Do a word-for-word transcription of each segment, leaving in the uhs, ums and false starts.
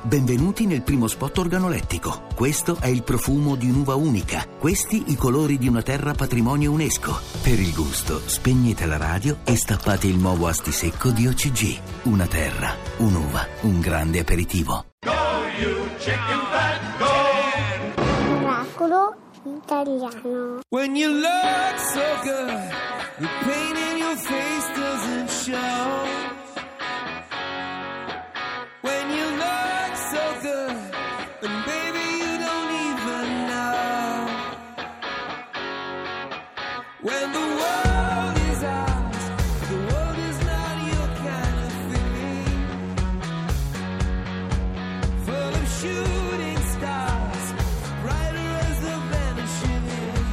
Benvenuti nel primo spot organolettico. Questo è il profumo di un'uva unica. Questi i colori di una terra patrimonio UNESCO. Per il gusto, spegnete la radio e stappate il nuovo astisecco di O C G. Una terra, un'uva, un grande aperitivo. Go you chicken fat, go! Oracolo italiano. When you look so good, the pain in your face doesn't show. When you look so good, and baby you don't even know. When the world is ours, the world is not your kind of thing. Full of shooting stars, brighter as the vanishing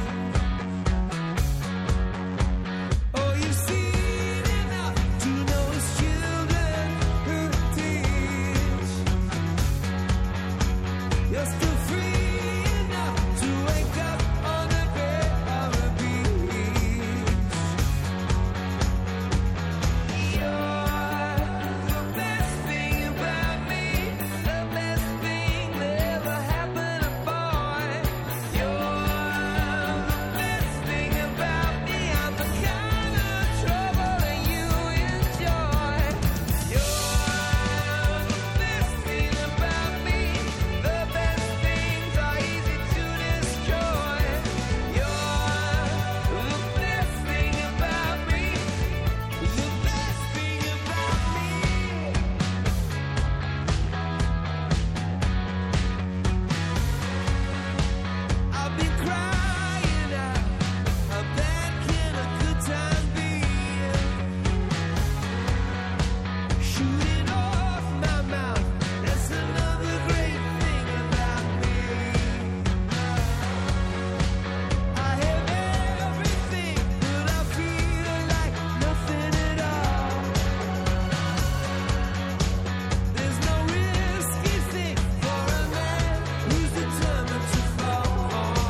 in. Oh, you've seen enough to know it's children who teach. You're still free enough to wake up on the bed of a beach. You're the best thing about me, the best thing that ever happened to boy. You're the best thing about me, I'm the kind of trouble that you enjoy. You're the best thing about me, the best things are easy to destroy. You're the best thing about me, the best thing about me. I've been crying out, how bad can a good time be? Shooting off my mouth, that's another great thing about me. I have everything, but I feel like nothing at all. There's no risky thing for a man who's determined to fall.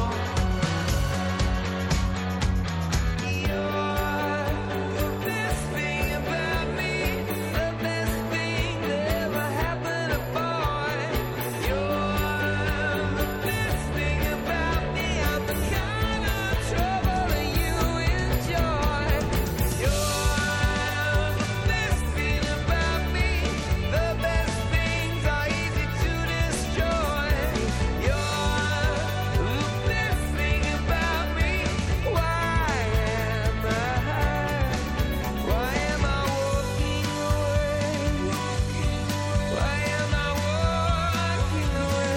You're the best thing about me, the best thing that ever happened to boy. You're the best thing about me, I'm the kind of trouble that you enjoy. You're the best thing about me, the best things are easy to destroy. You're the best thing about me. Why am I? Why am I walking away? Why am I walking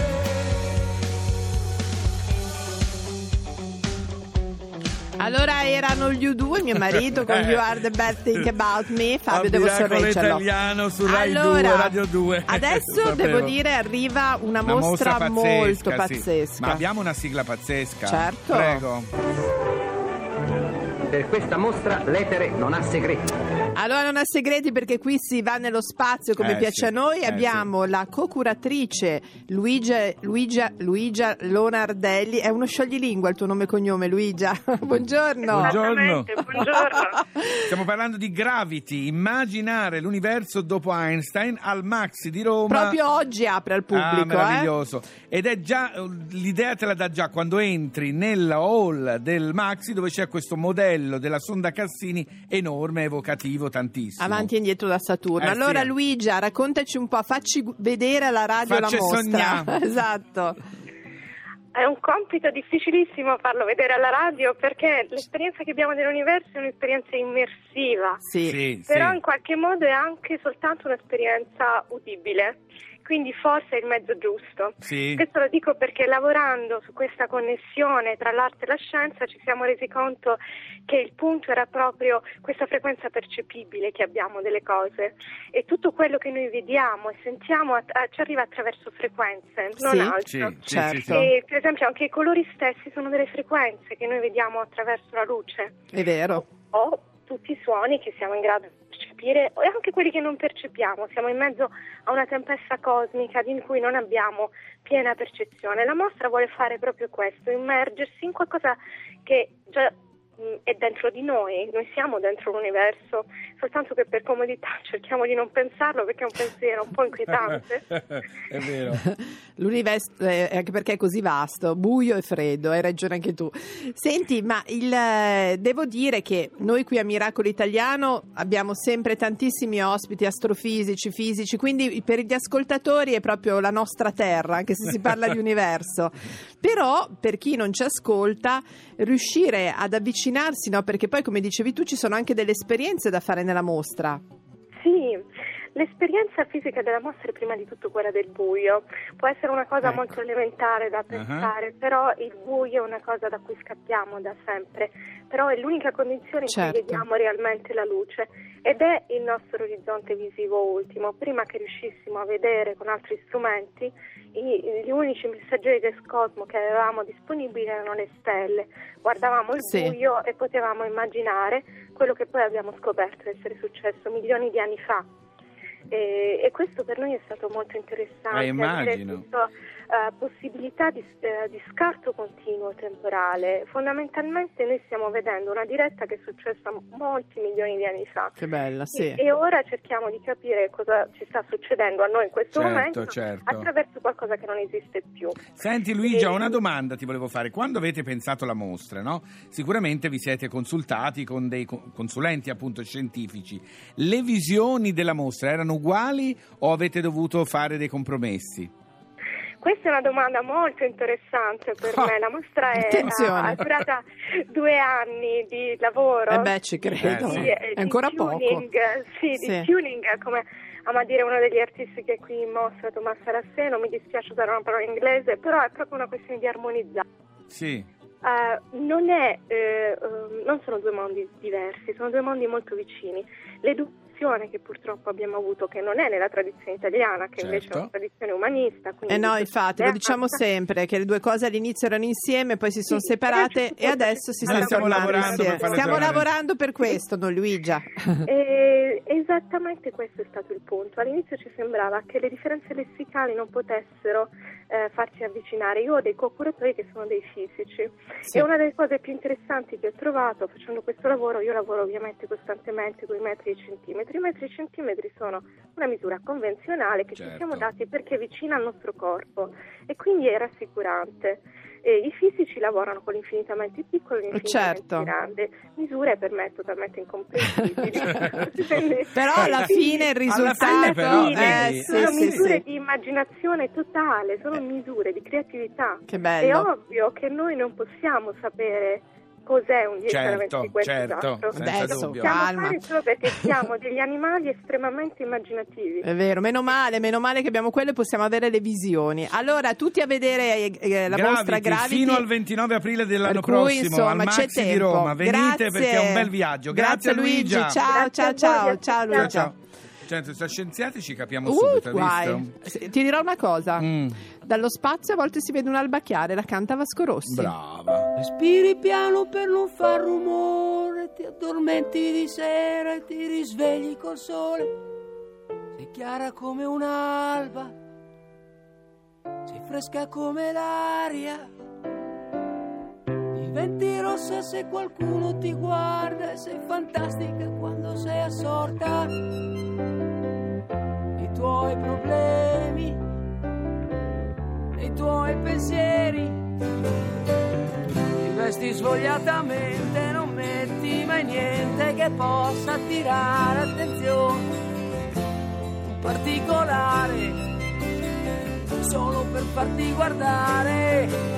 away? Allora erano gli U due, mio marito con You Are the Best Thing About Me. Fabio, devo Miracolo sorreggerlo. Italiano su Rai Allora, due, Radio due. adesso Sapevo. devo dire arriva una, Una mostra, pazzesca, molto sì. pazzesca. Ma abbiamo una sigla pazzesca? Certo. Prego. Per questa mostra l'etere non ha segreti. Allora non ha segreti, perché qui si va nello spazio come Eh, piace sì, a noi. eh, Abbiamo la co-curatrice Luigia, Luigia, Luigia Lonardelli. È uno scioglilingua il tuo nome e cognome, Luigia. Buongiorno. Buongiorno. Buongiorno. Stiamo parlando di Gravity, immaginare l'universo dopo Einstein al Maxi di Roma. Proprio oggi apre al pubblico. Ah, meraviglioso. Ed è già, l'idea te la dà già quando entri nella hall del Maxi, dove c'è questo modello della sonda Cassini enorme, evocativo, tantissimo. Avanti e indietro da Saturno. Eh, allora sì. Luigia, raccontaci un po', facci gu- vedere alla radio Facci la mostra. sognare. Esatto. È un compito difficilissimo farlo vedere alla radio, perché l'esperienza che abbiamo dell'universo è un'esperienza immersiva, Sì. Sì, però sì. in qualche modo è anche soltanto un'esperienza udibile. Quindi forse è il mezzo giusto. Sì. Questo lo dico perché lavorando su questa connessione tra l'arte e la scienza ci siamo resi conto che il punto era proprio questa frequenza percepibile che abbiamo delle cose, e tutto quello che noi vediamo e sentiamo a- a- ci arriva attraverso frequenze, non Sì, altro. Sì, sì, certo. sì, sì. E, per esempio anche i colori stessi sono delle frequenze che noi vediamo attraverso la luce, È vero. o tutti i suoni che siamo in grado di percepire, e anche quelli che non percepiamo. Siamo in mezzo a una tempesta cosmica in cui non abbiamo piena percezione. La mostra vuole fare proprio questo, immergersi in qualcosa che già mh, è dentro di noi, noi siamo dentro l'universo, soltanto che per comodità cerchiamo di non pensarlo perché è un pensiero un po' inquietante. È vero. L'universo, eh, anche perché è così vasto, buio e freddo, hai ragione anche tu. Senti, ma il, eh, devo dire che noi qui a Miracolo Italiano abbiamo sempre tantissimi ospiti astrofisici, fisici, quindi per gli ascoltatori è proprio la nostra terra, anche se si parla di universo. Però per chi non ci ascolta, riuscire ad avvicinarsi, no? Perché poi, come dicevi tu, ci sono anche delle esperienze da fare nella mostra. Sì, l'esperienza fisica della mostra è prima di tutto quella del buio. Può essere una cosa Ecco. molto elementare da pensare, uh-huh. però il buio è una cosa da cui scappiamo da sempre. Però è l'unica condizione in Certo. cui vediamo realmente la luce ed è il nostro orizzonte visivo ultimo. Prima che riuscissimo a vedere con altri strumenti, i, gli unici messaggeri del cosmo che avevamo disponibili erano le stelle. Guardavamo il Sì. buio e potevamo immaginare quello che poi abbiamo scoperto essere successo milioni di anni fa. E, e questo per noi è stato molto interessante, Eh, immagino. questa uh, possibilità di, uh, di scarto continuo temporale. Fondamentalmente noi stiamo vedendo una diretta che è successa molti milioni di anni fa. Che bella, sì. E, e ora cerchiamo di capire cosa ci sta succedendo a noi in questo Certo, momento certo. attraverso qualcosa che non esiste più. Senti Luigia, E- una domanda ti volevo fare. Quando avete pensato alla mostra, no? Sicuramente vi siete consultati con dei co- consulenti appunto scientifici. Le visioni della mostra erano uguali o avete dovuto fare dei compromessi? Questa è una domanda molto interessante per Ah, me. La mostra è, attenzione. ha durata due anni di lavoro. Eh beh, ci credo. Eh, sì. Di- È di ancora tuning, poco. Sì, Sì. di tuning, come ama dire uno degli artisti che è qui in mostra, Tommaso Arasseno. Mi dispiace usare una parola inglese, però è proprio una questione di armonizzare. Sì. Eh, non è, eh, eh, non sono due mondi diversi, sono due mondi molto vicini. L'educazione che purtroppo abbiamo avuto, che non è nella tradizione italiana, che invece è Certo. una tradizione umanista. quindi Eh no, di infatti, lo diciamo tolleranza. sempre, che le due cose all'inizio erano insieme, poi si sono Sì, separate adesso e adesso si Noi stanno stiamo tornando lavorando insieme. per farle Stiamo tornare. lavorando per questo, non Luigia. E esattamente questo è stato il punto. All'inizio ci sembrava che le differenze lessicali non potessero eh, farci avvicinare. Io ho dei co-curatori che sono dei fisici Sì. e una delle cose più interessanti che ho trovato facendo questo lavoro, io lavoro ovviamente costantemente con i metri e i centimetri. I metri e i centimetri sono una misura convenzionale che Certo. ci siamo dati perché è vicina al nostro corpo e quindi è rassicurante. E i fisici lavorano con l'infinitamente piccolo e l'infinitamente Certo. grande, misure per me totalmente incomprensibili. Quindi- Però alla quindi- fine il Alla risultato fine però, eh, vedi, sì, sono sì, misure sì. di immaginazione totale, sono misure di creatività. Che È bello. ovvio che noi non possiamo sapere cos'è un dieci alla Certo, ventiquattro certo, esatto. senza Adesso, dubbio. Possiamo calma. fare solo perché siamo degli animali estremamente immaginativi. È vero, meno male, meno male che abbiamo quello e possiamo avere le visioni. Allora, tutti a vedere eh, eh, la mostra Gravity, Gravity fino al ventinove aprile dell'anno per cui, prossimo insomma, al c'è Maxi di tempo. Roma. Venite Grazie. perché è un bel viaggio. Grazie, Grazie Luigi, Luigia. ciao, ciao, Grazie a voi, ciao, vi ciao aspettiamo. Luigia. Ciao. Cioè, tra scienziati ci capiamo Uh, subito, hai guai. visto? Sì, ti dirò una cosa. Mm. Dallo spazio a volte si vede un'alba chiara, la canta Vasco Rossi. Brava. Respiri piano per non far rumore, ti addormenti di sera e ti risvegli col sole. Sei chiara come un'alba, sei fresca come l'aria. Diventi rossa se qualcuno ti guarda e sei fantastica quando sei assorta. I tuoi problemi, i tuoi pensieri. Ti vesti svogliatamente, non metti mai niente che possa attirare attenzione. Un particolare, solo per farti guardare.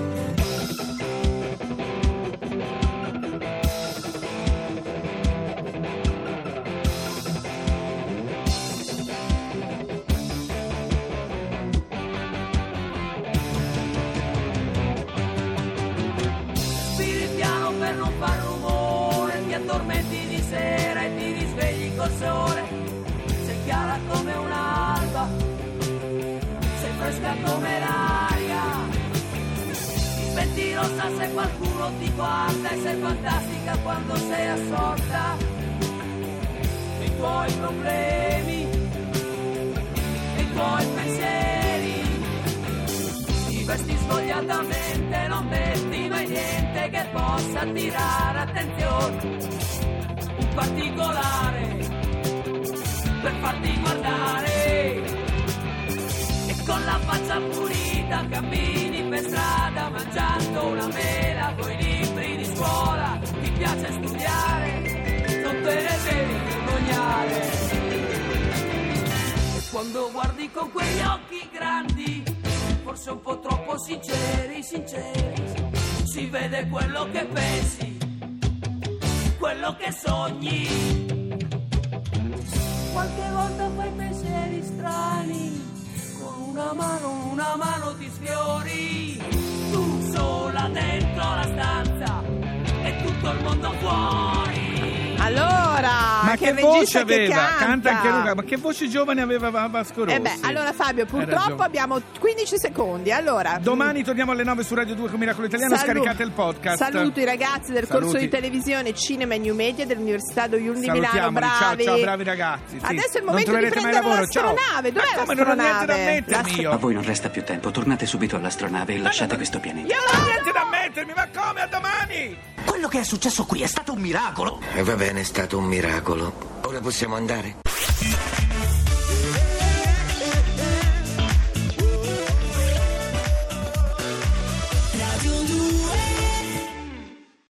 Respiri piano per non far rumore, ti addormenti di sera e ti risvegli col sole. Sei chiara come un'alba, sei fresca come l'aria. Ti senti rossa se qualcuno ti guarda e sei fantastica quando sei assorta. I tuoi problemi, i tuoi pensieri. Ti vesti svogliatamente, non metti mai niente niente che possa attirare attenzione, un particolare per farti guardare, e con la faccia pulita cammini per strada mangiando una mela coi libri di scuola, ti piace studiare, non te ne devi vergognare, e quando guardi con quegli occhi grandi, forse un po' troppo sinceri, sinceri, si vede quello che pensi, quello che sogni. Qualche volta fai pensieri strani, con una mano, una mano ti sfiori, tu sola dentro la stanza e tutto il mondo fuori. Allora, Ma che, che voce regista che aveva? canta. anche Luca, ma che voce giovane aveva Va- Vasco Rossi? Eh beh, allora Fabio, purtroppo ragione. abbiamo quindici secondi. Allora, Domani torniamo alle nove su Radio due con Miracolo Italiano, Salu- scaricate il podcast. Saluto i ragazzi del corso Saluti. di televisione Cinema e New Media dell'Università Do Iul di Milano, Salutiamoli, ciao, bravi. ciao, bravi ragazzi. Sì. Adesso è il Non momento di troverete mai prendere lavoro, ciao. l'astronave. Dov'è Ma come, non ho niente da l'astronave? mettermi L'astro- io? A voi non resta più tempo, tornate subito all'astronave e lasciate questo pianeta. Io non ho niente da mettermi, ma come, a domani? Quello che è successo qui è stato un miracolo. E va bene, è stato un miracolo. Ora possiamo andare?